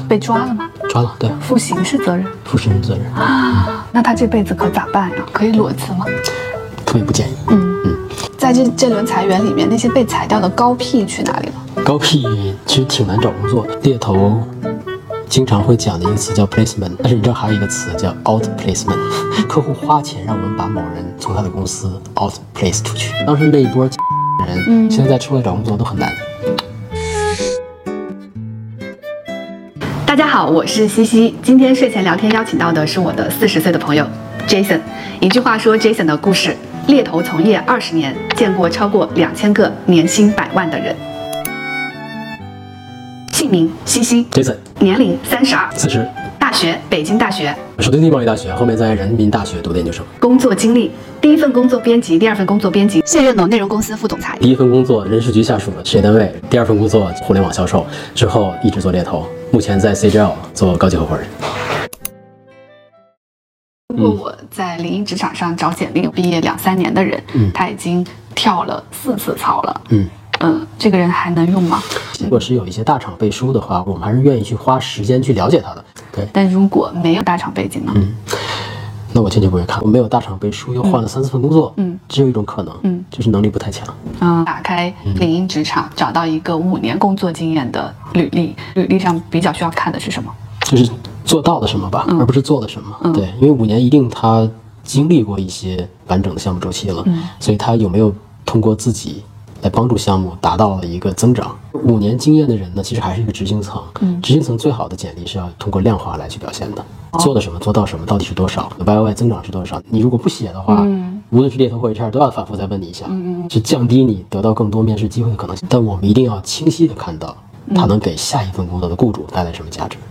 被抓了吗？ 抓了，对， 负刑事责任。 负刑事责任啊，那他这辈子可咋办呀？可以裸辞吗？ 特别不建议。 在这轮裁员里面，那些被裁掉的高 P 去哪里了？ 高 P 其实挺难找工作的，猎头经常会讲的一个词叫 placement， 但是你知道还有一个词叫 outplacement， 客户花钱让我们把某人从他的公司 outplace 出去。当时那一波人，现在出来找工作都很难。 大家好，我是西西。今天睡前聊天邀请到的是我的40岁的朋友 Jason。一句话说 Jason 的故事：猎头从业20年，见过超过2000个年薪100万的人。姓名西西 Jason， 年龄32， 40， 大学北京大学， 首都经济贸易大学，后面在人民大学读的研究生。 工作经历：第一份工作编辑，第二份工作编辑，现任某内容公司副总裁。 第一份工作人事局下属的事业单位，第二份工作互联网销售，之后一直做猎头，目前在 CGL 做高级合伙人。 如果我在领英职场上找简历，毕业2-3年的人，他已经跳了4次槽了，这个人还能用吗？ 如果是有一些大厂背书的话，我们还是愿意去花时间去了解他的。对， 但如果没有大厂背景呢？ 那我坚决不会看。我没有大厂背书，又换了3-4份工作，只有一种可能，就是能力不太强。 打开领英职场，找到一个5年工作经验的履历，履历上比较需要看的是什么？ 就是做到了什么吧，而不是做了什么。对，因为5年一定他经历过一些完整的项目周期了，所以他有没有通过自己来帮助项目达到了一个增长。5年经验的人呢，其实还是一个执行层。执行层最好的简历是要通过量化来去表现的，做了什么，做到什么，到底是多少 ，YOY 增长是多少。你如果不写的话，无论是猎头或 HR 都要反复再问你一下，去降低你得到更多面试机会的可能性。但我们一定要清晰的看到，它能给下一份工作的雇主带来什么价值。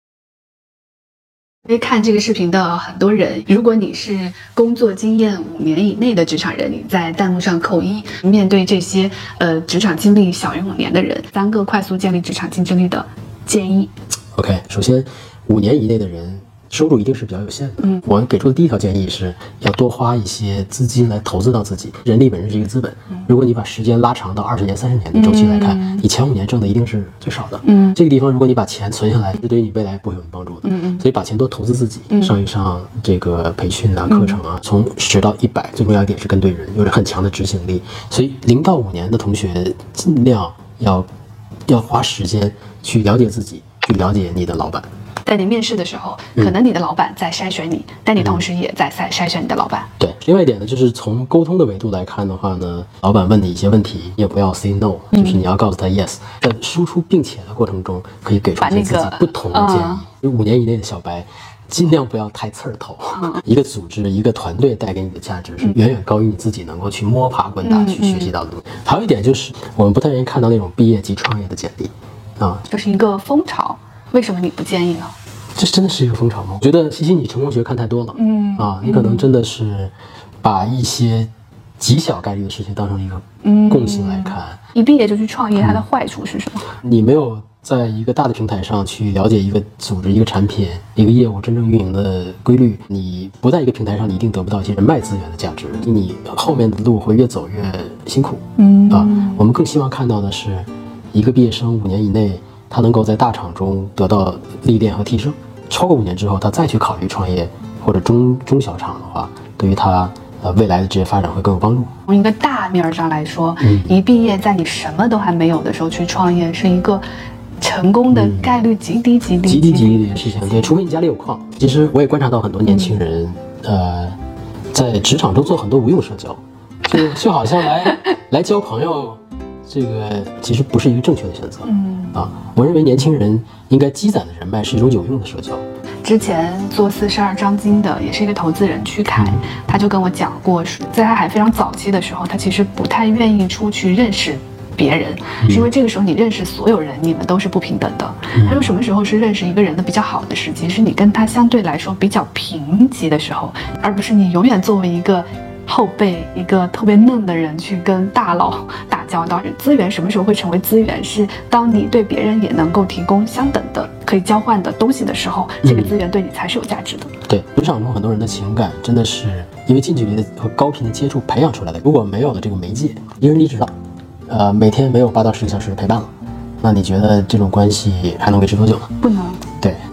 因为看这个视频的很多人，如果你是工作经验5年以内的职场人，你在弹幕上扣1。面对这些职场经历小于5年的人，3个快速建立职场竞争力的建议。 OK， 首先5年以内的人收入一定是比较有限的。我给出的第一条建议是要多花一些资金来投资到自己。人力本身是一个资本，如果你把时间拉长到20年、30年的周期来看，你前5年挣的一定是最少的。这个地方如果你把钱存下来，是对于你未来不会有帮助的。所以把钱多投资自己，上一上这个培训啊、课程啊，从10到100，最重要一点是跟对人，有着很强的执行力。所以0到5年的同学尽量要花时间去了解自己，去了解你的老板。 在你面试的时候，可能你的老板在筛选你，但你同时也在筛选你的老板。 对，另外一点呢，就是从沟通的维度来看的话呢，老板问你一些问题，也不要 say no，就是你要告诉他 yes。在输出并且的过程中，可以给出一些自己不同的建议。5年以内的小白，尽量不要太刺儿头。一个组织、一个团队带给你的价值是远远高于你自己能够去摸爬滚打去学习到的。还有一点就是，我们不太愿意看到那种毕业即创业的简历啊， 这是一个风潮。为什么你不建议呢？ 这真的是一个风潮吗？我觉得西西你成功学看太多了，你可能真的是把一些极小概率的事情当成一个共性来看。 一毕业就去创业，它的坏处是什么？ 你没有在一个大的平台上去了解一个组织、一个产品、一个业务真正运营的规律，你不在一个平台上，你一定得不到一些人脉资源的价值，你后面的路会越走越辛苦。我们更希望看到的是，一个毕业生5年以内，他能够在大厂中得到历练和提升，超过5年之后，他再去考虑创业或者中小厂的话，对于他未来的职业发展会更有帮助。 从一个大面上来说，一毕业在你什么都还没有的时候去创业，是一个成功的概率极低的一个事情。 对，除非你家里有矿。其实我也观察到很多年轻人，在职场中做很多无用社交，就好像来交朋友。这个其实不是一个正确的选择。我认为年轻人应该积攒的人脉是一种有用的社交。 之前做42章经的也是一个投资人曲凯，他就跟我讲过，在他还非常早期的时候，他其实不太愿意出去认识别人，是因为这个时候你认识所有人，你们都是不平等的。他说什么时候是认识一个人的比较好的时机，是你跟他相对来说比较平级的时候，而不是你永远作为一个后辈、一个特别嫩的人去跟大佬打交道。资源什么时候会成为资源，是当你对别人也能够提供相等的可以交换的东西的时候，这个资源对你才是有价值的。 对，职场中很多人的情感真的是因为近距离的和高频的接触培养出来的。如果没有了这个媒介，一人离职了，每天没有8到10个小时的陪伴了，那你觉得这种关系还能维持多久呢？ 不能。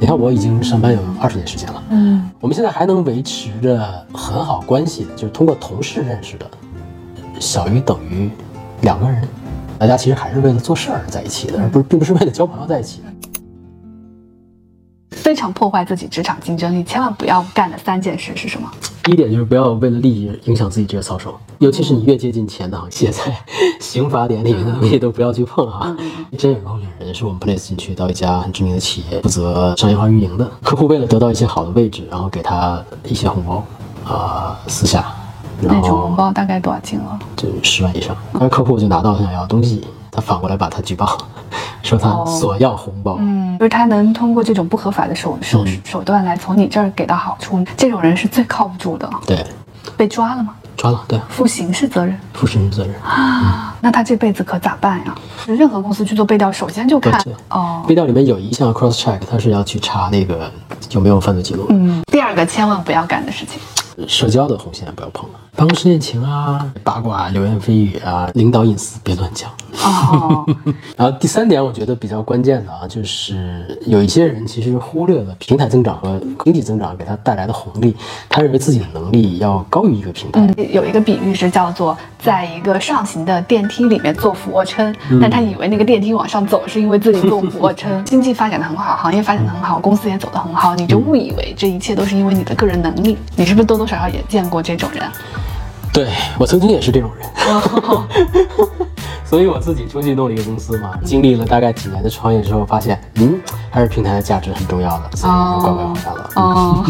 你看我已经上班有20年时间了，我们现在还能维持着很好关系的，就是通过同事认识的，小于等于2个人，大家其实还是为了做事儿在一起的，而并不是为了交朋友在一起的。 非常破坏自己职场竞争力，千万不要干的3件事是什么？ 第一点就是不要为了利益影响自己职业操守，尤其是你越接近钱的行业，在刑法典里面的东西都不要去碰啊。真有个候选人是我们 place 进去到一家很知名的企业，负责商业化运营的，客户为了得到一些好的位置，然后给他一些红包私下，然后那种红包大概多少金额？ 就10万以上，而客户就拿到他想要的东西，他反过来把他举报，说他索要红包。 就是他能通过这种不合法的手段来从你这儿给到好处，这种人是最靠不住的。 对， 被抓了吗？ 抓了，对， 负刑事责任。 负刑事责任啊，那他这辈子可咋办呀？任何公司去做背调，首先就看背调里面有一项 cross check， 他是要去查那个有没有犯罪记录。 第2个千万不要干的事情， 社交的红线不要碰了，办公室恋情啊、八卦、流言蜚语啊、领导隐私别乱讲。然后第3点我觉得比较关键的就是有一些人其实忽略了平台增长和经济增长给他带来的红利，他认为自己的能力要高于一个平台。 有一个比喻是叫做在一个上行的电梯里面做俯卧撑，但他以为那个电梯往上走是因为自己做俯卧撑。经济发展的很好，行业发展的很好，公司也走得很好，你就误以为这一切都是因为你的个人能力。你是不是多多少少也见过这种人？ 对，我曾经也是这种人。所以我自己出去弄了一个公司嘛，经历了大概几年的创业之后，发现还是平台的价值很重要的，所以就乖乖回来了。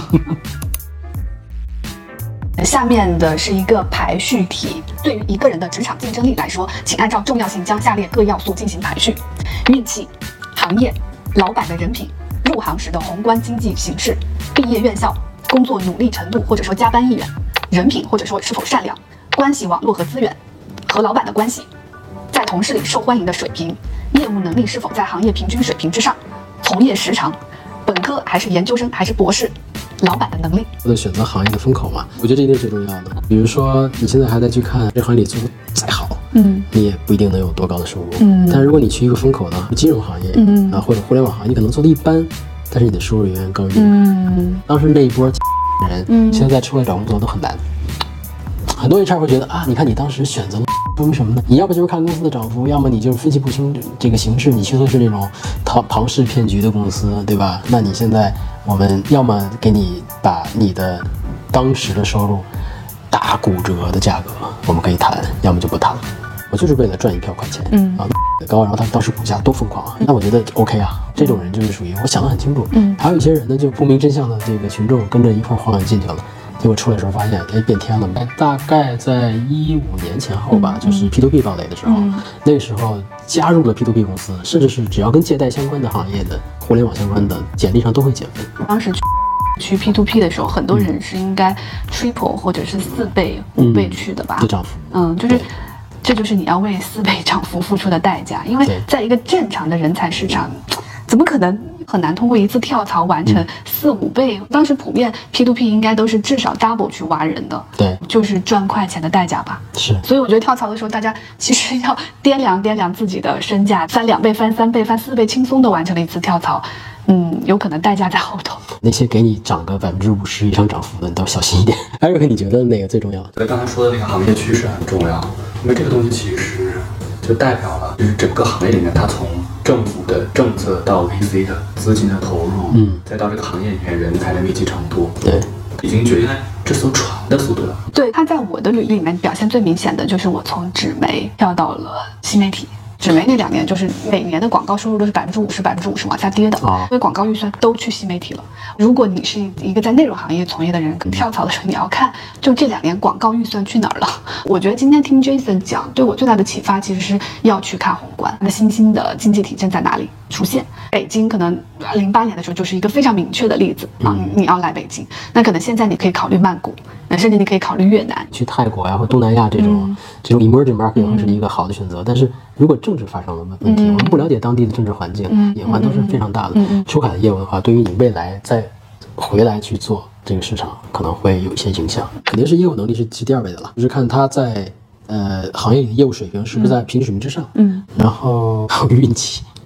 下面的是一个排序题，对于一个人的职场竞争力来说，请按照重要性将下列各要素进行排序：运气、行业、老板的人品、入行时的宏观经济形势、毕业院校、工作努力程度或者说加班意愿、人品或者说是否善良、关系网络和资源、和老板的关系、在同事里受欢迎的水平、业务能力是否在行业平均水平之上、从业时长、本科还是研究生还是博士、老板的能力。 或者选择行业的风口嘛，我觉得这一定是最重要的。比如说你现在还在去看这行业里做再好，你也不一定能有多高的收入。但是如果你去一个风口呢，金融行业或者互联网行业，你可能做的一般，但是你的收入远远高于当时那一波人，现在出来找工作都很难。很多 HR 会觉得你看你当时选择了，说明什么呢？你要不就是看公司的涨幅，要么你就是分析不清这个形势，你去的是那种庞氏骗局的公司，对吧？那你现在我们要么给你把你的当时的收入打骨折的价格，我们可以谈，要么就不谈了。我就是为了赚一票快钱，高，然后他当时股价多疯狂那我觉得 OK 这种人就是属于我想得很清楚。还有一些人呢，就不明真相的这个群众跟着一块晃悠进去了。结果出来的时候发现，变天了。大概在15年前后吧，就是 P2P 暴雷的时候，那个时候加入了 P2P 公司，甚至是只要跟借贷相关的行业的、互联网相关的，简历上都会减分。 当时去 P2P 的时候，很多人是应该 triple 或者是4倍、5倍去的吧？ 的涨幅， 这就是你要为4倍涨幅付出的代价，因为在一个正常的人才市场，怎么可能很难通过一次跳槽完成4、5倍？当时普遍 P2P 应该都是至少 double 去挖人的， 对， 就是赚快钱的代价吧。 是， 所以我觉得跳槽的时候，大家其实要掂量自己的身价，翻2倍、翻3倍、翻4倍，轻松的完成了一次跳槽。有可能代价在后头。 那些给你涨个50%以上涨幅的，你都小心一点。Eric，你觉得哪个最重要？ 对，刚才说的那个行业趋势很重要，因为这个东西其实就代表了，就是整个行业里面，它从政府的政策到 VC 的资金的投入，再到这个行业里面人才的密集程度， 对， 已经决定了这艘船的速度了。 对，它在我的履历里面表现最明显的就是我从纸媒跳到了新媒体。纸媒那2年就是每年的广告收入都是50%、50%往下跌的，因为广告预算都去新媒体了。如果你是一个在内容行业从业的人，跳槽的时候你要看，就这2年广告预算去哪儿了。我觉得今天听 Jason 讲，对我最大的启发其实是要去看宏观，那新兴的经济体正在哪里出现。北京可能08年的时候就是一个非常明确的例子你要来北京，那可能现在你可以考虑曼谷，甚至你可以考虑越南， 去泰国呀或东南亚这种 emerging market 会是一个好的选择。但是如果政治发生了问题，我们不了解当地的政治环境，隐患都是非常大的。出海的业务的话，对于你未来再回来去做这个市场，可能会有一些影响。肯定是业务能力是第2位的了，就是看他在行业里的业务水平是不是在平均水平之上，然后还有运气。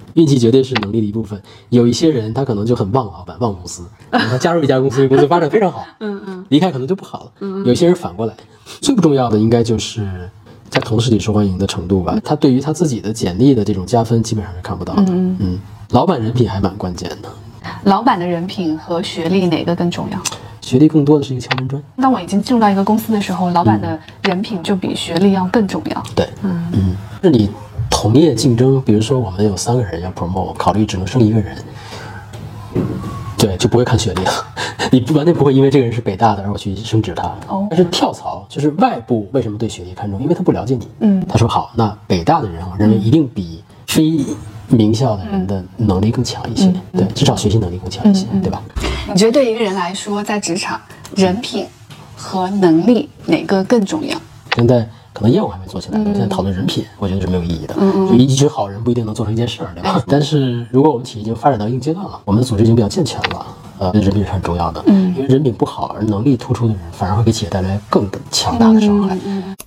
运气绝对是能力的一部分。有一些人他可能就很旺老板、旺公司，他加入一家公司，公司发展非常好，离开可能就不好了。有些人反过来，最不重要的应该就是在同事里受欢迎的程度吧。他对于他自己的简历的这种加分基本上是看不到的。老板人品还蛮关键的。 老板的人品和学历哪个更重要？ 学历更多的是一个敲门砖。 当我已经进入到一个公司的时候，老板的人品就比学历要更重要。 对，是你同业竞争，比如说我们有3个人要 promote， 考虑只能升1个人，对，就不会看学历了。你完全不会因为这个人是北大的而我去升职他。但是跳槽就是外部为什么对学历看重？因为他不了解你。他说好，那北大的人我认为一定比非名校的人的能力更强一些，对，至少学习能力更强一些，对吧？ 你觉得对一个人来说，在职场，人品和能力哪个更重要？ 现在可能业务还没做起来，现在讨论人品，我觉得是没有意义的。就一群好人不一定能做成一件事儿，对吧？但是如果我们企业已经发展到一定阶段了，我们的组织已经比较健全了，人品是很重要的。因为人品不好而能力突出的人，反而会给企业带来更强大的伤害。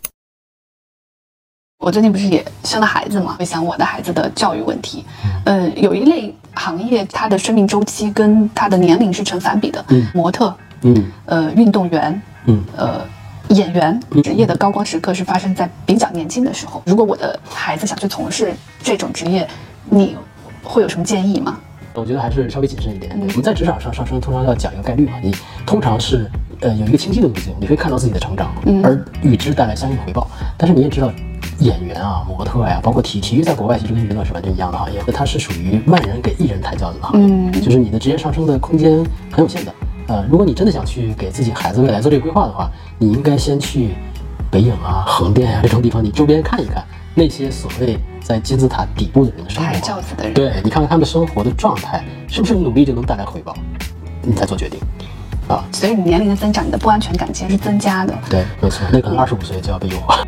我最近不是也生了孩子嘛，会想我的孩子的教育问题。有一类行业，它的生命周期跟它的年龄是成反比的。模特，运动员，演员，职业的高光时刻是发生在比较年轻的时候。如果我的孩子想去从事这种职业，你会有什么建议吗？ 我觉得还是稍微谨慎一点。我们在职场上上升，通常要讲一个概率嘛，你通常是有一个清晰的路径，你会看到自己的成长，而与之带来相应的回报。但是你也知道，演员啊、模特呀，包括体育，在国外其实跟娱乐是完全一样的行业，它是属于万人给1人抬轿子的行业，就是你的职业上升的空间很有限的。如果你真的想去给自己孩子未来做这个规划的话，你应该先去北影啊、横店啊这种地方，你周边看一看那些所谓在金字塔底部的人的生活， 抬轿子的人， 对，你看看他们生活的状态，是不是努力就能带来回报，你再做决定。 随着你年龄的增长，你的不安全感其实是增加的。 对，没错，那可能25岁就要被诱惑。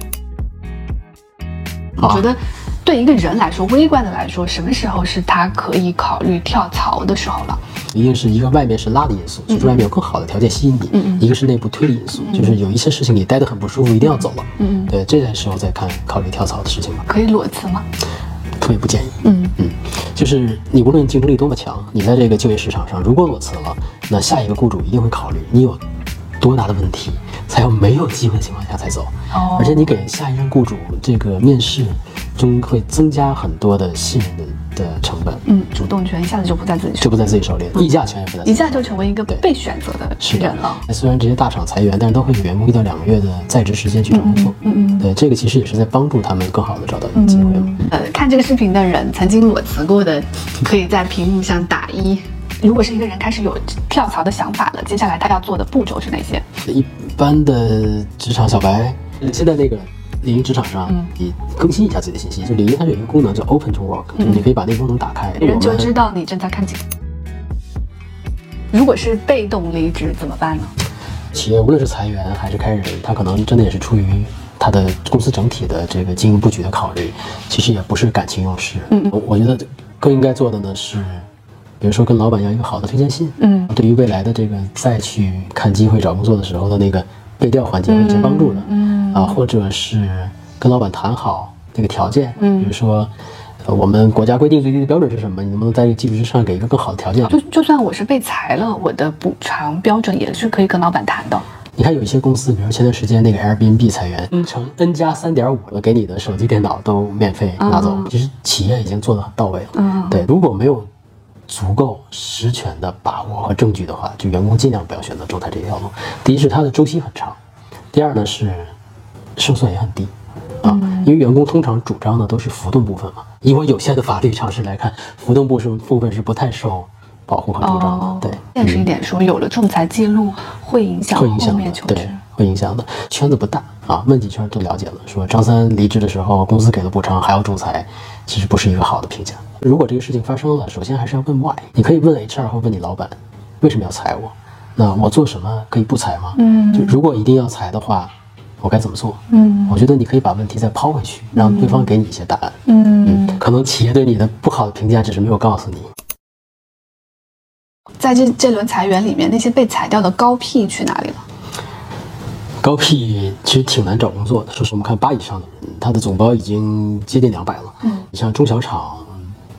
我觉得对一个人来说，微观的来说，什么时候是他可以考虑跳槽的时候了？ 一定是一个外面是拉的因素，就是外面有更好的条件吸引你；一个是内部推力因素，就是有一些事情你待得很不舒服，一定要走了。对，这个时候再考虑跳槽的事情吧。 可以裸辞吗？ 特别不建议。就是你无论竞争力多么强，你在这个就业市场上如果裸辞了，那下一个雇主一定会考虑你有多大的问题，才有没有机会的情况下才走。而且你给下一任雇主这个面试中会增加很多的信任的成本。 主动权一下子就不在自己手里， 就不在自己手里，议价权也不在自己手里， 一下就成为一个被选择的人了。 虽然这些大厂裁员，但是都会给员工1到2个月的在职时间去找工作。对，这个其实也是在帮助他们更好的找到一个机会嘛。 看这个视频的人，曾经裸辞过的，可以在屏幕上打1。如果是一个人开始有跳槽的想法了，接下来他要做的步骤是哪些？ 一般的职场小白，现在那个领英职场上，你更新一下自己的信息。就领英它有一个功能叫 Open to Work，就是你可以把那个功能打开， 人就知道你正在看紧。如果是被动离职怎么办呢？ 企业无论是裁员还是开人，他可能真的也是出于他的公司整体的这个经营布局的考虑，其实也不是感情用事。我觉得更应该做的呢是，比如说跟老板要一个好的推荐信，对于未来的这个再去看机会找工作的时候的那个背调环节会有一些帮助的。或者是跟老板谈好这个条件，比如说我们国家规定最低的标准是什么，你能不能在这个基础之上给一个更好的条件？ 就算我是被裁了，我的补偿标准也是可以跟老板谈的。 你看有一些公司，比如前段时间那个 Airbnb 裁员，乘 N+3.5给你的手机电脑都免费拿走。其实企业已经做得很到位了。对，如果没有足够实权的把握和证据的话，就员工尽量不要选择仲裁这条路。第一是它的周期很长，第二呢是胜算也很低。因为员工通常主张的都是浮动部分嘛，以我有限的法律常识来看，浮动部分是不太受保护和保障的。对， 现实一点说，有了仲裁记录会影响后面求职， 对，会影响的。圈子不大问几圈都了解了，说张三离职的时候公司给了补偿还要仲裁，其实不是一个好的评价。如果这个事情发生了，首先还是要问 why， 你可以问 HR 或问你老板为什么要裁我，那我做什么可以不裁吗？就如果一定要裁的话，我该怎么做？我觉得你可以把问题再抛回去，让对方给你一些答案。可能企业对你的不好的评价只是没有告诉你。 在这轮裁员里面，那些被裁掉的高 P 去哪里了？ 高 P 其实挺难找工作的，说实话，我们看8以上的人，他的总包已经接近200了。你像中小厂，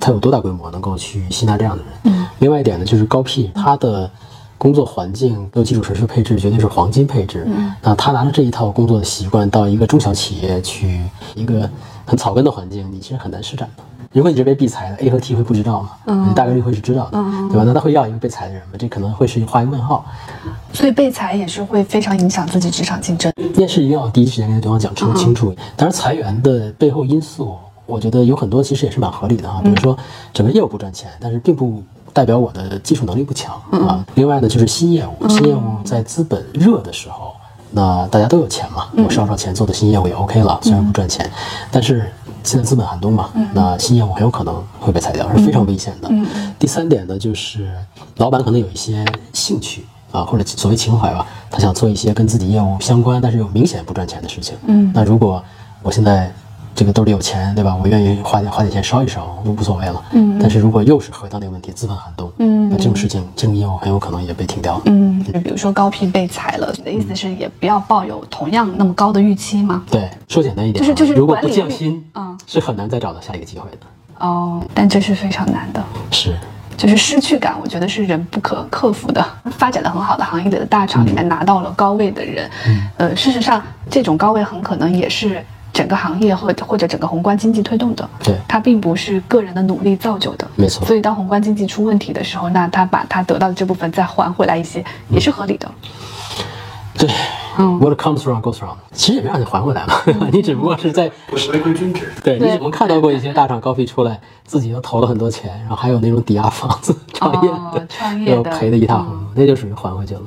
它有多大规模能够去吸纳这样的人。另外一点呢，就是高 P 他的工作环境有基础设施配置绝对是黄金配置。那他拿着这一套工作的习惯到一个中小企业去一个很草根的环境，你其实很难施展的。如果你这被必裁了 ，A 和 T 会不知道吗？你大概率会是知道的，对吧？那他会要一个被裁的人吗？这可能会是画一个问号。 所以被裁也是会非常影响自己职场竞争。 面试一定要第一时间跟对方讲清楚。当然，裁员的背后因素，我觉得有很多其实也是蛮合理的啊。比如说，整个业务不赚钱，但是并不代表我的技术能力不强啊。另外呢，就是新业务，新业务在资本热的时候，那大家都有钱嘛，我烧烧钱做的新业务也 OK 了，虽然不赚钱，但是现在资本寒冬嘛，那新业务很有可能会被裁掉，是非常危险的。第三点呢，就是老板可能有一些兴趣啊，或者所谓情怀吧，他想做一些跟自己业务相关，但是又明显不赚钱的事情。那如果我现在这个兜里有钱，对吧？我愿意花点钱烧一烧，无所谓了。但是如果又是回到那个问题，资本寒冬，那这种事情，这种业务很有可能也被停掉。 就比如说高 P 被裁了，你的意思是也不要抱有同样那么高的预期吗？ 对，说简单一点， 就是如果不降薪，是很难再找到下一个机会的。 哦，但这是非常难的。 是。 就是失去感，我觉得是人不可克服的。发展的很好的行业里的大厂里面拿到了高位的人，事实上这种高位很可能也是整个行业或者整个宏观经济推动的， 对， 它并不是个人的努力造就的， 没错。 所以当宏观经济出问题的时候，那他把他得到的这部分再还回来一些，也是合理的。 对，what comes wrong goes wrong， 其实也没让你还回来嘛，你只不过是在不是回归均值。 对，你只不过看到过一些大厂高 P 出来，自己都投了很多钱，然后还有那种抵押房子创业的，赔得一塌糊涂，那就属于还回去了。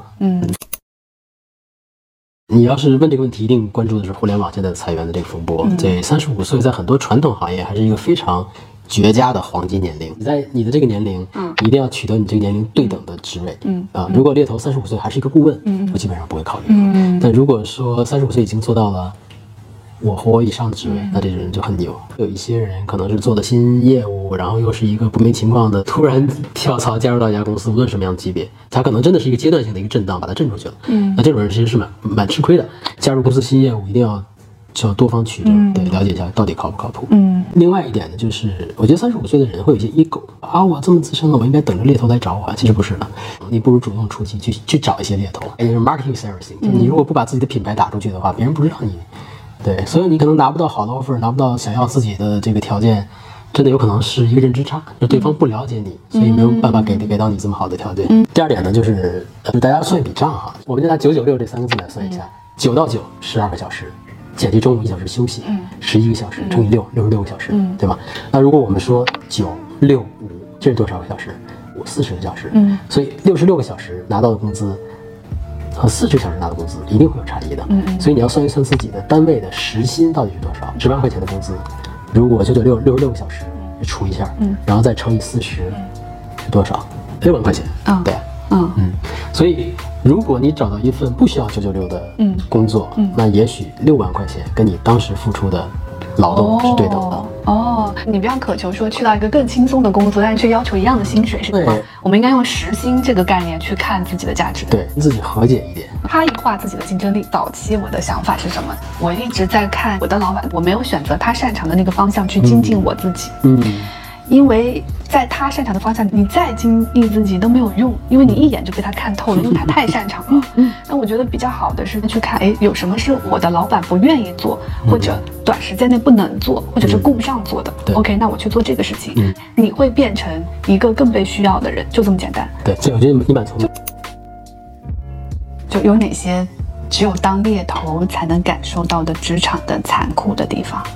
你要是问这个问题，一定关注的是互联网现在的裁员的这个风波。这35岁在很多传统行业还是一个非常绝佳的黄金年龄。你在你的这个年龄，你一定要取得你这个年龄对等的职位。如果猎头35岁还是一个顾问，我基本上不会考虑。但如果说35岁已经做到了我和我以上的职位，那这个人就很牛。有一些人可能是做的新业务，然后又是一个不明情况的突然跳槽加入到一家公司，无论什么样的级别，他可能真的是一个阶段性的一个震荡，把他震出去了。那这种人其实是蛮吃亏的。加入公司新业务一定要多方取证，对，了解一下到底靠不靠谱。另外一点呢，就是我觉得35岁的人会有一些 ego 啊，我这么资深了，我应该等着猎头来找我。其实不是的，你不如主动出击，去找一些猎头。marketing is everything，就是你如果不把自己的品牌打出去的话，别人不知道你。对，所以你可能拿不到好的 offer， 拿不到想要自己的这个条件，真的有可能是一个认知差，就对方不了解你，所以没有办法给到你这么好的条件。第二点呢，就是大家算一笔账哈，我们就拿996这3个字来算一下，9到9 12个小时，减去中午1小时休息，11个小时乘以6，66个小时，对吧？那如果我们说965，这是多少个小时？40个小时，所以66个小时拿到的工资和40个小时拿的工资一定会有差异的，所以你要算一算自己的单位的时薪到底是多少，10万块钱的工资，如果996 66个小时除一下，然后再乘以40是多少？6万块钱，对，所以如果你找到一份不需要996的工作，那也许6万块钱跟你当时付出的劳动是对等的。 你不要渴求说去到一个更轻松的工作，但是却要求一样的薪水，是吗？我们应该用时薪这个概念去看自己的价值， 对，跟自己和解一点， 差异化自己的竞争力。早期我的想法是什么？我一直在看我的老板，我没有选择他擅长的那个方向去精进我自己。因为在他擅长的方向，你再精益自己都没有用，因为你一眼就被他看透了，因为他太擅长了。那我觉得比较好的是去看，有什么是我的老板不愿意做，或者短时间内不能做，或者是顾不上做的。OK， 那我去做这个事情，你会变成一个更被需要的人，就这么简单。 对，这我觉得你蛮聪明。 就有哪些只有当猎头才能感受到的职场的残酷的地方？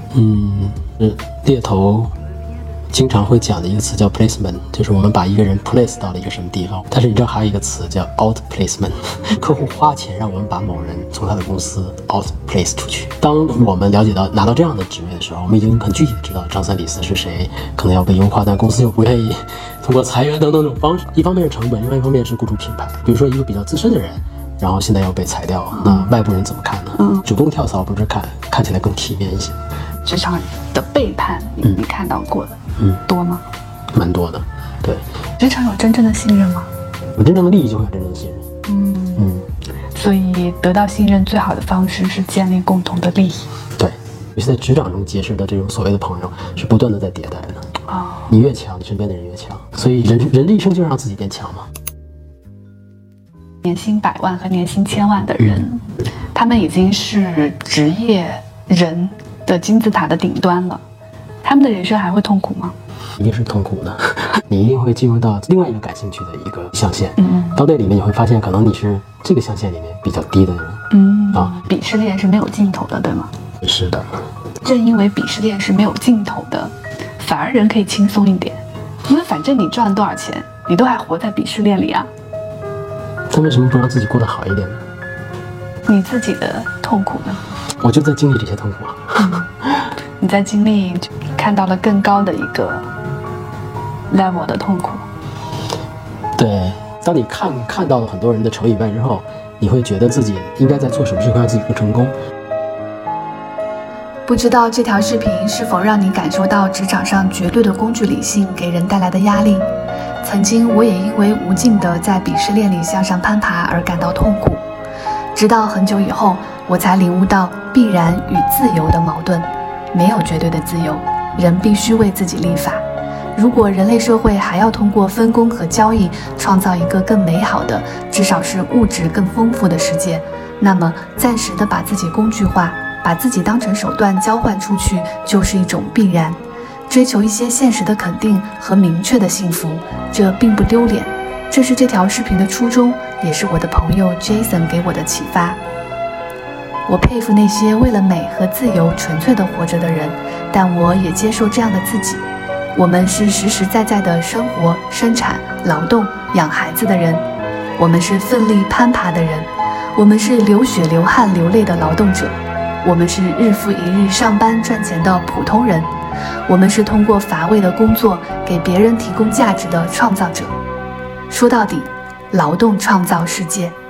猎头经常会讲的一个词叫 placement， 就是我们把一个人 place 到了一个什么地方。但是你知道还有一个词叫 out placement， 客户花钱让我们把某人从他的公司 out place 出去。当我们了解到拿到这样的职位的时候，我们已经很具体的知道张三李四是谁，可能要被优化，但公司又不愿意通过裁员等等这种方式，一方面是成本，另外一方面是雇主品牌。比如说一个比较资深的人，然后现在要被裁掉，那外部人怎么看呢？主动跳槽不是看起来更体面一些？ 职场的背叛，你看到过的多吗？ 蛮多的，对。 职场有真正的信任吗？ 有真正的利益就会有真正的信任。 所以得到信任最好的方式是建立共同的利益。 对，尤其在职场中结识的这种所谓的朋友是不断的在迭代的。 你越强，你身边的人越强，所以人的一生就让自己变强嘛。 年薪100万和年薪1000万的人，他们已经是职业人的金字塔的顶端了，他们的人生还会痛苦吗？ 一定是痛苦的，你一定会进入到另外一个感兴趣的一个象限。到那里面你会发现，可能你是这个象限里面比较低的人。 鄙视链是没有尽头的，对吗？ 是的。 正因为鄙视链是没有尽头的，反而人可以轻松一点，因为反正你赚了多少钱，你都还活在鄙视链里啊。 他为什么不让自己过得好一点呢？ 你自己的痛苦呢？ 我就在经历这些痛苦啊。 你在经历看到了更高的一个 level 的痛苦。 对，当你看到了很多人的成与败之后，你会觉得自己应该在做什么事会让自己更成功。 不知道这条视频是否让你感受到职场上绝对的工具理性给人带来的压力？曾经我也因为无尽的在鄙视链里向上攀爬而感到痛苦，直到很久以后，我才领悟到必然与自由的矛盾。没有绝对的自由，人必须为自己立法。如果人类社会还要通过分工和交易创造一个更美好的，至少是物质更丰富的世界，那么暂时的把自己工具化，把自己当成手段交换出去，就是一种必然。追求一些现实的肯定和明确的幸福，这并不丢脸。这是这条视频的初衷，也是我的朋友 Jason 给我的启发。我佩服那些为了美和自由纯粹的活着的人，但我也接受这样的自己。我们是实实在在的生活、生产、劳动、养孩子的人，我们是奋力攀爬的人，我们是流血流汗流泪的劳动者，我们是日复一日上班赚钱的普通人，我们是通过乏味的工作给别人提供价值的创造者。说到底，劳动创造世界。